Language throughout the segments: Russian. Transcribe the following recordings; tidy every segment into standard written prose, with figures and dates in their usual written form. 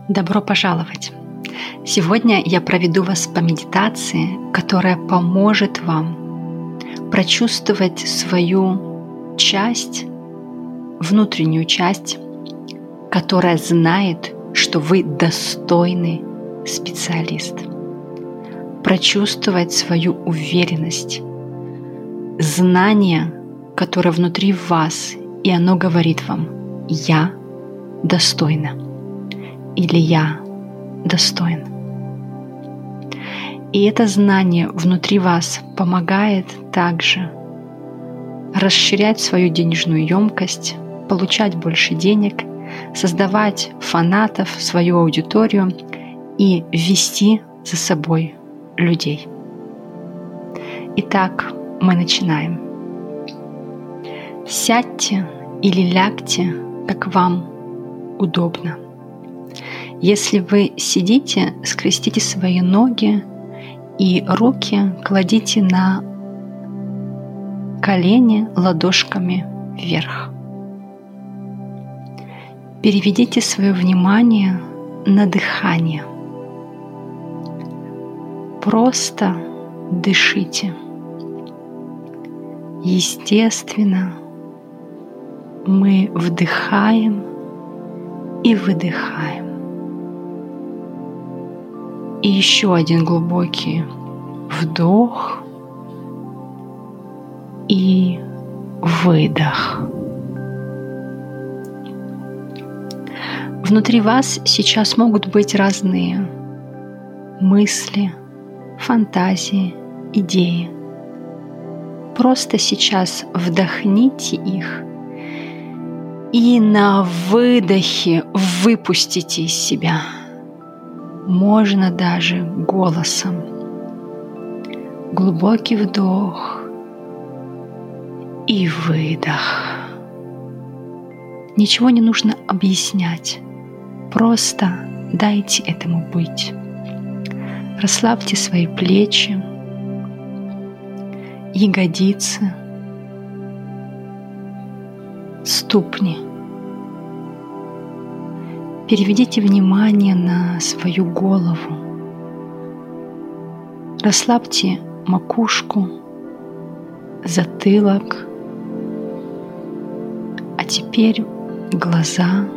Добро пожаловать! Сегодня я проведу вас по медитации, которая поможет вам прочувствовать свою часть, внутреннюю часть, которая знает, что вы достойный специалист. Прочувствовать свою уверенность, знание, которое внутри вас, и оно говорит вам: «Я достойна» или «Я достоин». И это знание внутри вас помогает также расширять свою денежную емкость, получать больше денег, создавать фанатов, свою аудиторию и вести за собой людей. Итак, мы начинаем. Сядьте или лягте, как вам удобно. Если вы сидите, скрестите свои ноги и руки кладите на колени ладошками вверх. Переведите свое внимание на дыхание. Просто дышите. Естественно, мы вдыхаем и выдыхаем. И еще один глубокий вдох и выдох. Внутри вас сейчас могут быть разные мысли, фантазии, идеи. Просто сейчас вдохните их и на выдохе выпустите из себя. Можно даже голосом. Глубокий вдох и выдох. Ничего не нужно объяснять. Просто дайте этому быть. Расслабьте свои плечи, ягодицы, ступни. Переведите внимание на свою голову. Расслабьте макушку, затылок. А теперь глаза,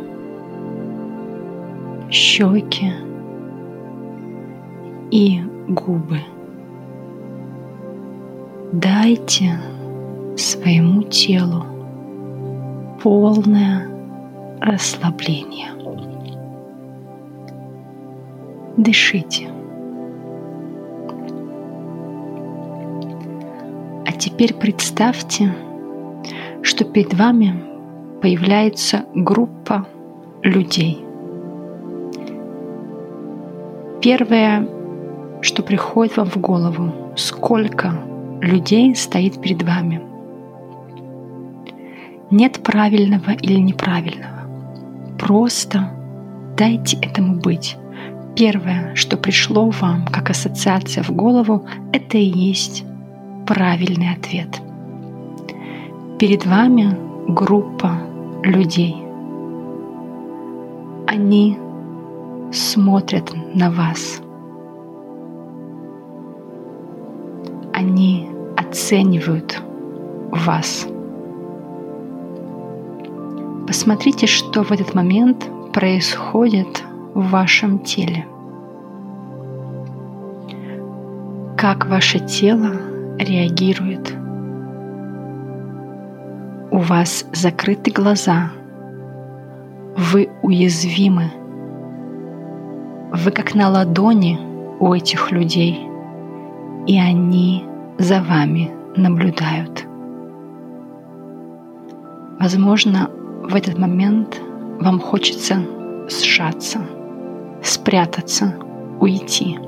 щеки и губы. Дайте своему телу полное расслабление. Дышите. А теперь представьте, что перед вами появляется группа людей. Первое, что приходит вам в голову: сколько людей стоит перед вами. Нет правильного или неправильного. Просто дайте этому быть. Первое, что пришло вам как ассоциация в голову, это и есть правильный ответ. Перед вами группа людей. Они смотрят на вас. Они оценивают вас. Посмотрите, что в этот момент происходит в вашем теле. Как ваше тело реагирует. У вас закрыты глаза. Вы уязвимы. Вы как на ладони у этих людей, и они за вами наблюдают. Возможно, в этот момент вам хочется сжаться, спрятаться, уйти.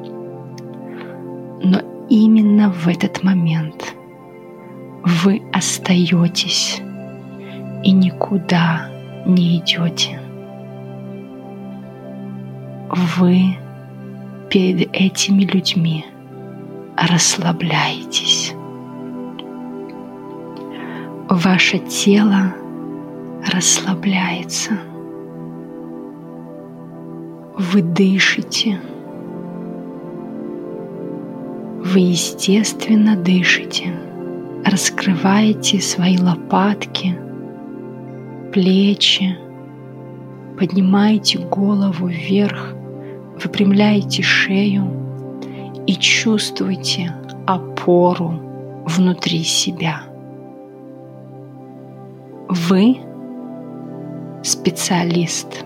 Но именно в этот момент вы остаетесь и никуда не идете. Вы перед этими людьми расслабляетесь. Ваше тело расслабляется. Вы дышите. Вы естественно дышите. Раскрываете свои лопатки, плечи, поднимаете голову вверх, выпрямляете шею и чувствуете опору внутри себя. Вы специалист.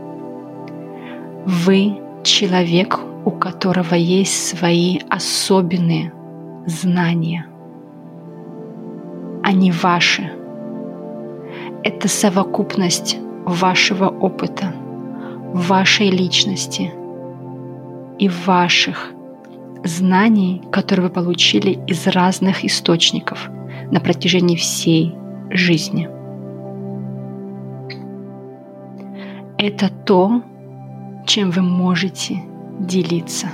Вы человек, у которого есть свои особенные знания. Они ваши. Это совокупность вашего опыта, вашей личности и ваших знаний, которые вы получили из разных источников на протяжении всей жизни. Это то, чем вы можете делиться.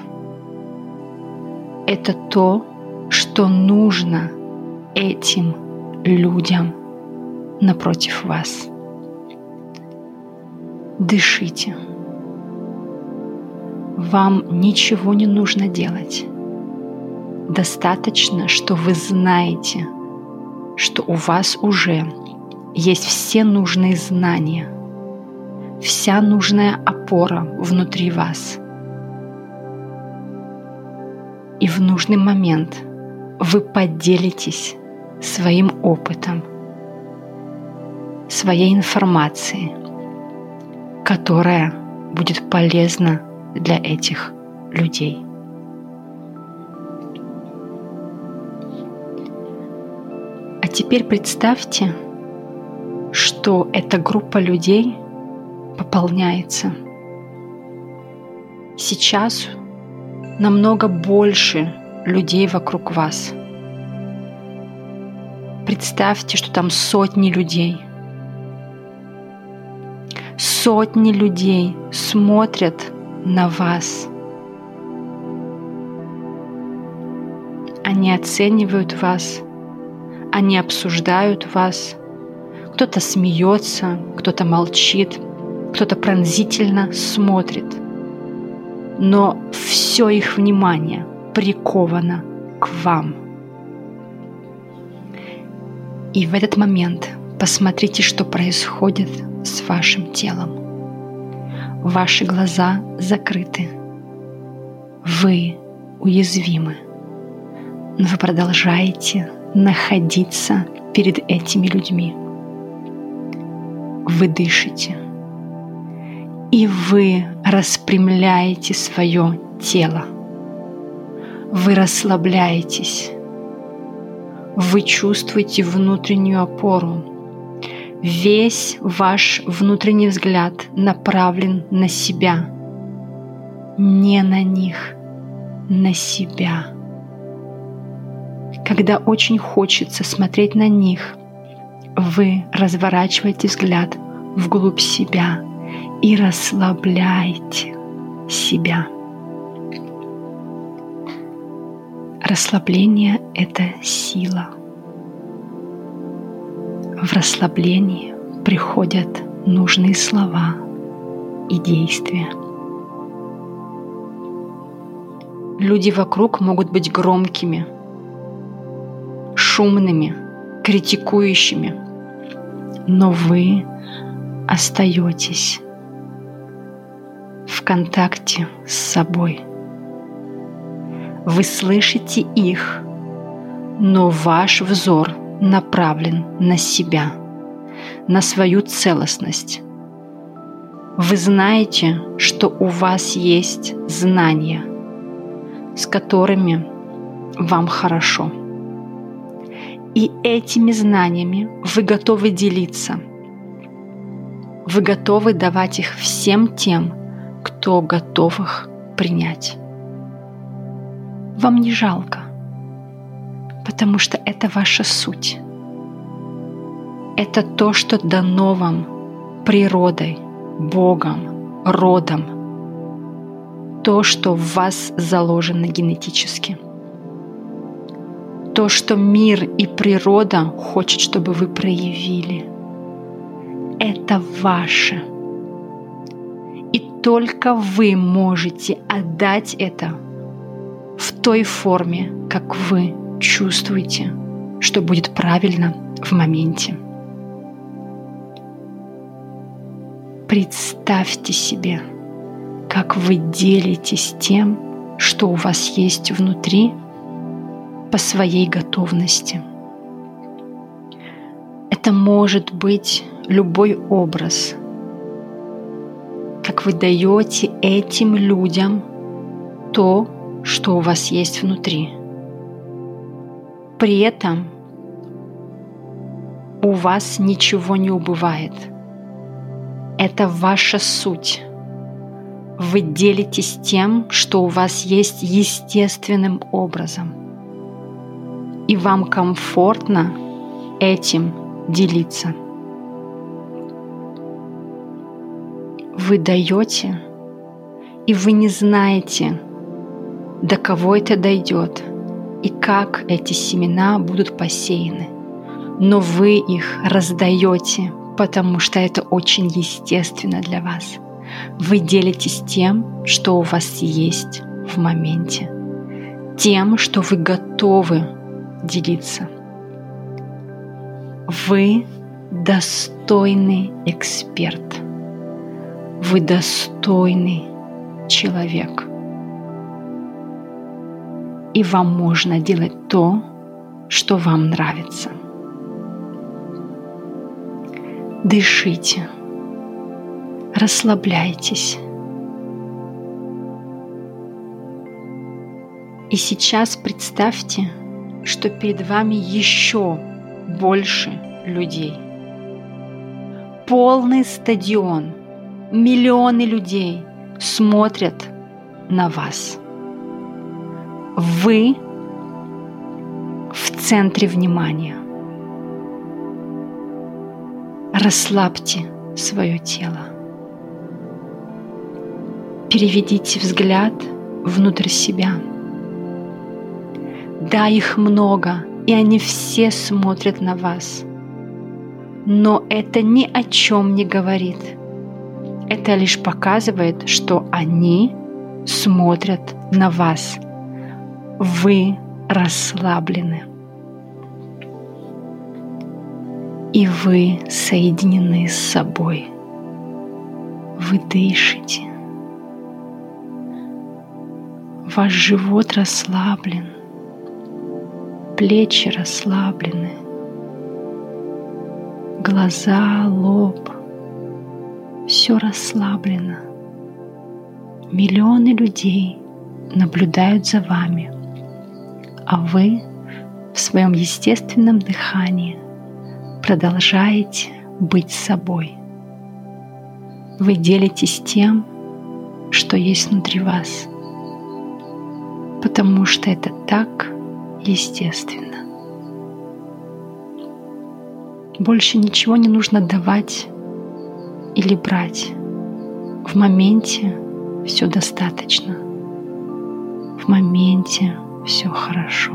Это то, что нужно этим людям напротив вас. Дышите. Вам ничего не нужно делать. Достаточно, что вы знаете, что у вас уже есть все нужные знания, вся нужная опора внутри вас. И в нужный момент вы поделитесь своим опытом, своей информацией, которая будет полезна для этих людей. А теперь представьте, что эта группа людей пополняется. Сейчас намного больше людей вокруг вас. Представьте, что там сотни людей. Сотни людей смотрят на вас. Они оценивают вас, они обсуждают вас. Кто-то смеется, кто-то молчит, кто-то пронзительно смотрит. Но все их внимание приковано к вам. И в этот момент посмотрите, что происходит с вашим телом. Ваши глаза закрыты. Вы уязвимы. Но вы продолжаете находиться перед этими людьми. Вы дышите. И вы распрямляете свое тело. Вы расслабляетесь. Вы чувствуете внутреннюю опору. Весь ваш внутренний взгляд направлен на себя. Не на них, на себя. Когда очень хочется смотреть на них, вы разворачиваете взгляд вглубь себя и расслабляете себя. Расслабление — это сила. В расслаблении приходят нужные слова и действия. Люди вокруг могут быть громкими, шумными, критикующими, но вы остаетесь в контакте с собой. Вы слышите их, но ваш взор направлен на себя, на свою целостность. Вы знаете, что у вас есть знания, с которыми вам хорошо. И этими знаниями вы готовы делиться. Вы готовы давать их всем тем, кто готов их принять. Вам не жалко, потому что это ваша суть. Это то, что дано вам природой, Богом, родом. То, что в вас заложено генетически. То, что мир и природа хочет, чтобы вы проявили. Это ваше. И только вы можете отдать это в той форме, как вы чувствуете, что будет правильно в моменте. Представьте себе, как вы делитесь тем, что у вас есть внутри, по своей готовности. Это может быть любой образ, как вы даете этим людям то, что у вас есть внутри. При этом у вас ничего не убывает. Это ваша суть. Вы делитесь тем, что у вас есть естественным образом. И вам комфортно этим делиться. Вы даете, и вы не знаете, до кого это дойдет и как эти семена будут посеяны. Но вы их раздаете, потому что это очень естественно для вас. Вы делитесь тем, что у вас есть в моменте, тем, что вы готовы делиться. Вы достойный эксперт. Вы достойный человек. И вам можно делать то, что вам нравится. Дышите. Расслабляйтесь. И сейчас представьте, что перед вами еще больше людей. Полный стадион, миллионы людей смотрят на вас. Вы в центре внимания. Расслабьте свое тело. Переведите взгляд внутрь себя. Да, их много, и они все смотрят на вас. Но это ни о чем не говорит. Это лишь показывает, что они смотрят на вас. Вы расслаблены. И вы соединены с собой. Вы дышите. Ваш живот расслаблен. Плечи расслаблены. Глаза, лоб. Все расслаблено. Миллионы людей наблюдают за вами, а вы в своем естественном дыхании продолжаете быть собой. Вы делитесь тем, что есть внутри вас, потому что это так естественно. Больше ничего не нужно давать или брать. В моменте все достаточно. В моменте все хорошо.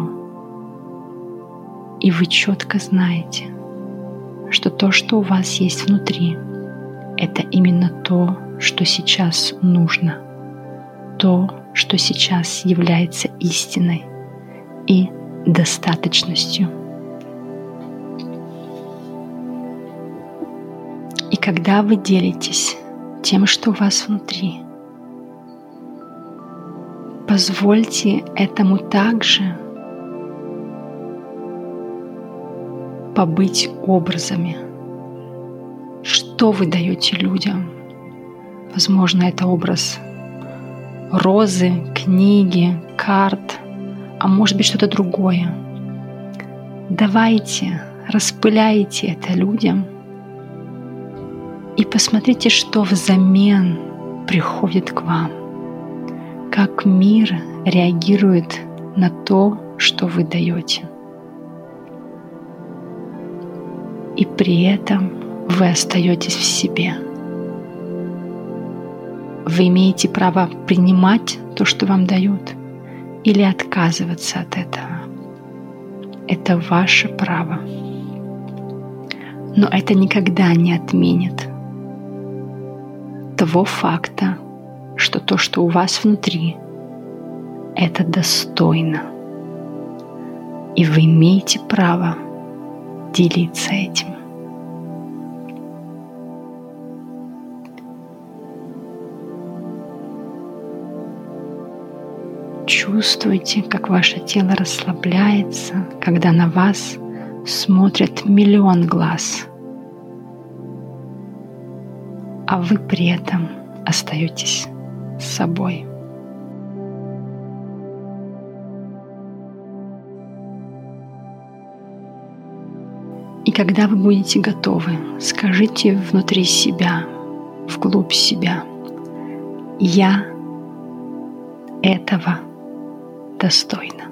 И вы четко знаете, что то, что у вас есть внутри, это именно то, что сейчас нужно, то, что сейчас является истиной и достаточностью. И когда вы делитесь тем, что у вас внутри, позвольте этому также побыть образами. Что вы даете людям? Возможно, это образ розы, книги, карт, а может быть что-то другое. Давайте, распыляйте это людям и посмотрите, что взамен приходит к вам. Как мир реагирует на то, что вы даете. И при этом вы остаетесь в себе. Вы имеете право принимать то, что вам дают, или отказываться от этого. Это ваше право. Но это никогда не отменит того факта, что то, что у вас внутри, это достойно. И вы имеете право делиться этим. Чувствуйте, как ваше тело расслабляется, когда на вас смотрят миллион глаз, а вы при этом остаетесь собой. И когда вы будете готовы, скажите внутри себя, вглубь себя: «Я этого достойна.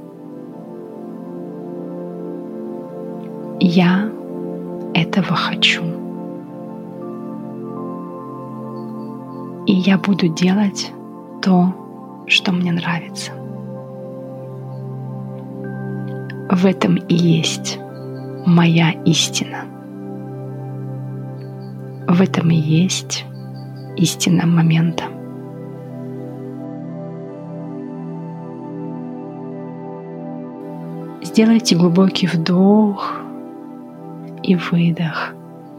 Я этого хочу. И я буду делать то, что мне нравится». В этом и есть моя истина. В этом и есть истина момента. Сделайте глубокий вдох и выдох.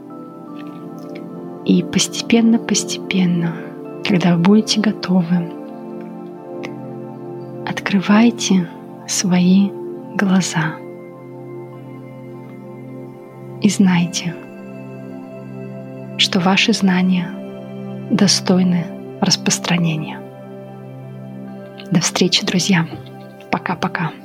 И постепенно, когда вы будете готовы, открывайте свои глаза. И знайте, что ваши знания достойны распространения. До встречи, друзья. Пока-пока.